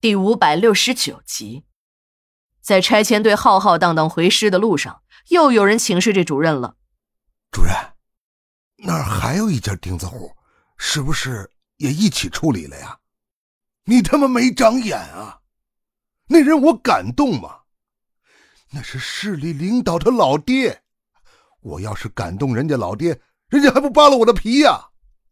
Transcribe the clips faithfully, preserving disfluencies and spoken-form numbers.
第五百六十九集。在拆迁队浩浩荡荡回师的路上，又有人请示这主任了。 主任，那儿还有一家钉子户，是不是也一起处理了呀？你他妈没长眼啊！那人我敢动吗？那是市里领导的老爹，我要是敢动人家老爹，人家还不扒了我的皮呀！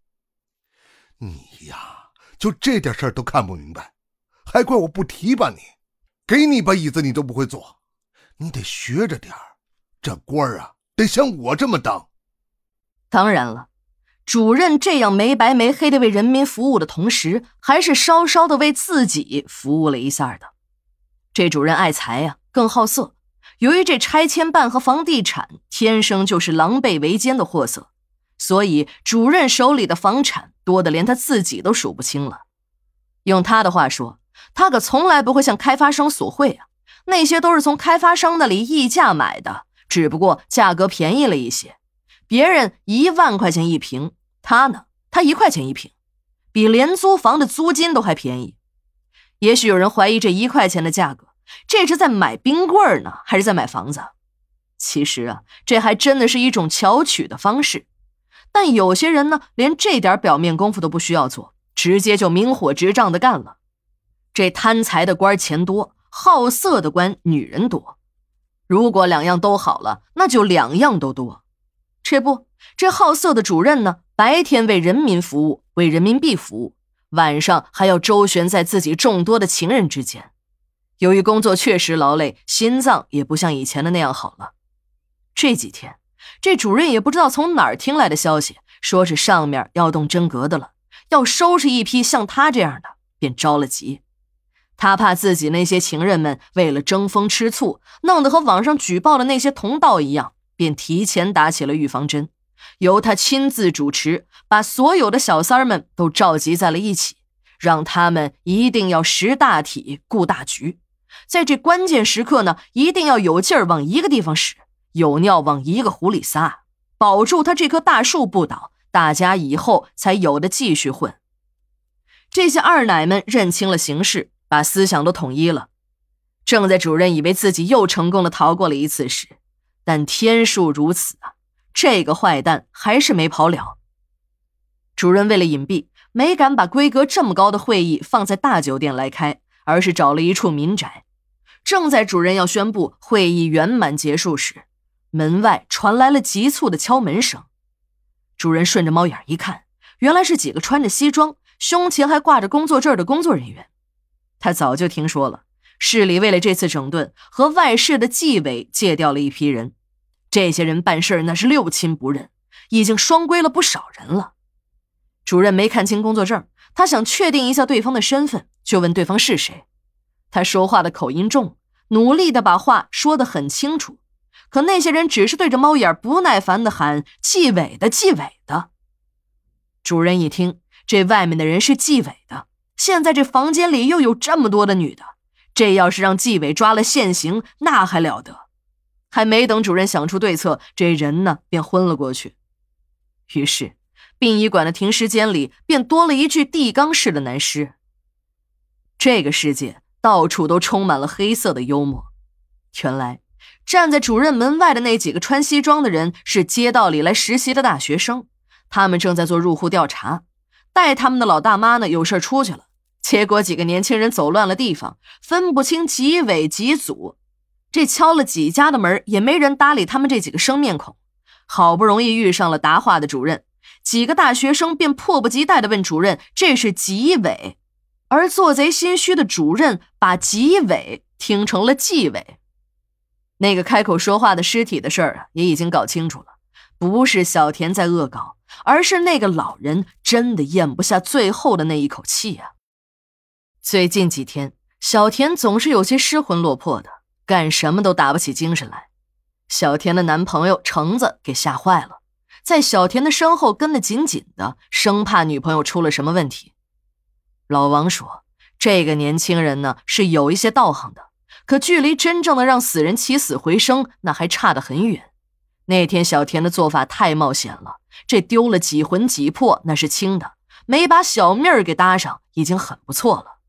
你呀，就这点事儿都看不明白，还怪我不提拔你，给你把椅子你都不会坐，你得学着点儿，这官儿啊，得像我这么当。 当然了，主任这样没白没黑的为人民服务的同时，还是稍稍的为自己服务了一下的。这主任爱财呀、啊，更好色。由于这拆迁办和房地产天生就是狼狈为奸的货色，所以主任手里的房产多得连他自己都数不清了。用他的话说，他可从来不会向开发商索贿啊，那些都是从开发商那里议价买的，只不过价格便宜了一些。别人一万块钱一平，他呢，他一块钱一平，比廉租房的租金都还便宜。也许有人怀疑这一块钱的价格，这是在买冰棍呢，还是在买房子？其实啊，这还真的是一种巧取的方式。但有些人呢，连这点表面功夫都不需要做，直接就明火执仗的干了。这贪财的官钱多，好色的官女人多。如果两样都好了，那就两样都多。这不，这好色的主任呢，白天为人民服务，为人民币服务，晚上还要周旋在自己众多的情人之间。由于工作确实劳累，心脏也不像以前的那样好了。这几天，这主任也不知道从哪儿听来的消息，说是上面要动真格的了，要收拾一批像他这样的，便着了急。他怕自己那些情人们为了争风吃醋，弄得和网上举报的那些同道一样，便提前打起了预防针，由他亲自主持，把所有的小三儿们都召集在了一起，让他们一定要识大体，顾大局。在这关键时刻呢，一定要有劲儿往一个地方使，有尿往一个壶里撒，保住他这棵大树不倒，大家以后才有的继续混。这些二奶们认清了形势，把思想都统一了。正在主任以为自己又成功的逃过了一次时，但天数如此啊，这个坏蛋还是没跑了。主任为了隐蔽，没敢把规格这么高的会议放在大酒店来开，而是找了一处民宅。正在主任要宣布会议圆满结束时，门外传来了急促的敲门声。主任顺着猫眼一看，原来是几个穿着西装，胸前还挂着工作证的工作人员。他早就听说了，市里为了这次整顿，和外市的纪委借调了一批人，这些人办事那是六亲不认，已经双规了不少人了。主任没看清工作证，他想确定一下对方的身份，就问对方是谁。他说话的口音重，努力的把话说得很清楚，可那些人只是对着猫眼不耐烦地喊纪委的纪委的。主任一听，这外面的人是纪委的，现在这房间里又有这么多的女的，这要是让纪委抓了现行，那还了得。还没等主任想出对策，这人呢便昏了过去。于是殡仪馆的停尸间里便多了一具地缸式的男尸。这个世界到处都充满了黑色的幽默。原来站在主任门外的那几个穿西装的人是街道里来实习的大学生，他们正在做入户调查。带他们的老大妈呢有事出去了，结果几个年轻人走乱了地方，分不清几委几组，这敲了几家的门也没人搭理他们这几个生面孔。好不容易遇上了答话的主任，几个大学生便迫不及待地问主任这是几委，而做贼心虚的主任把纪委听成了纪委。那个开口说话的尸体的事儿啊，也已经搞清楚了，不是小田在恶搞，而是那个老人真的咽不下最后的那一口气啊。最近几天，小田总是有些失魂落魄的，干什么都打不起精神来。小田的男朋友橙子给吓坏了，在小田的身后跟得紧紧的，生怕女朋友出了什么问题。老王说，这个年轻人呢是有一些道行的，可距离真正的让死人起死回生那还差得很远。那天小田的做法太冒险了，这丢了几魂几魄那是轻的，没把小命儿给搭上已经很不错了。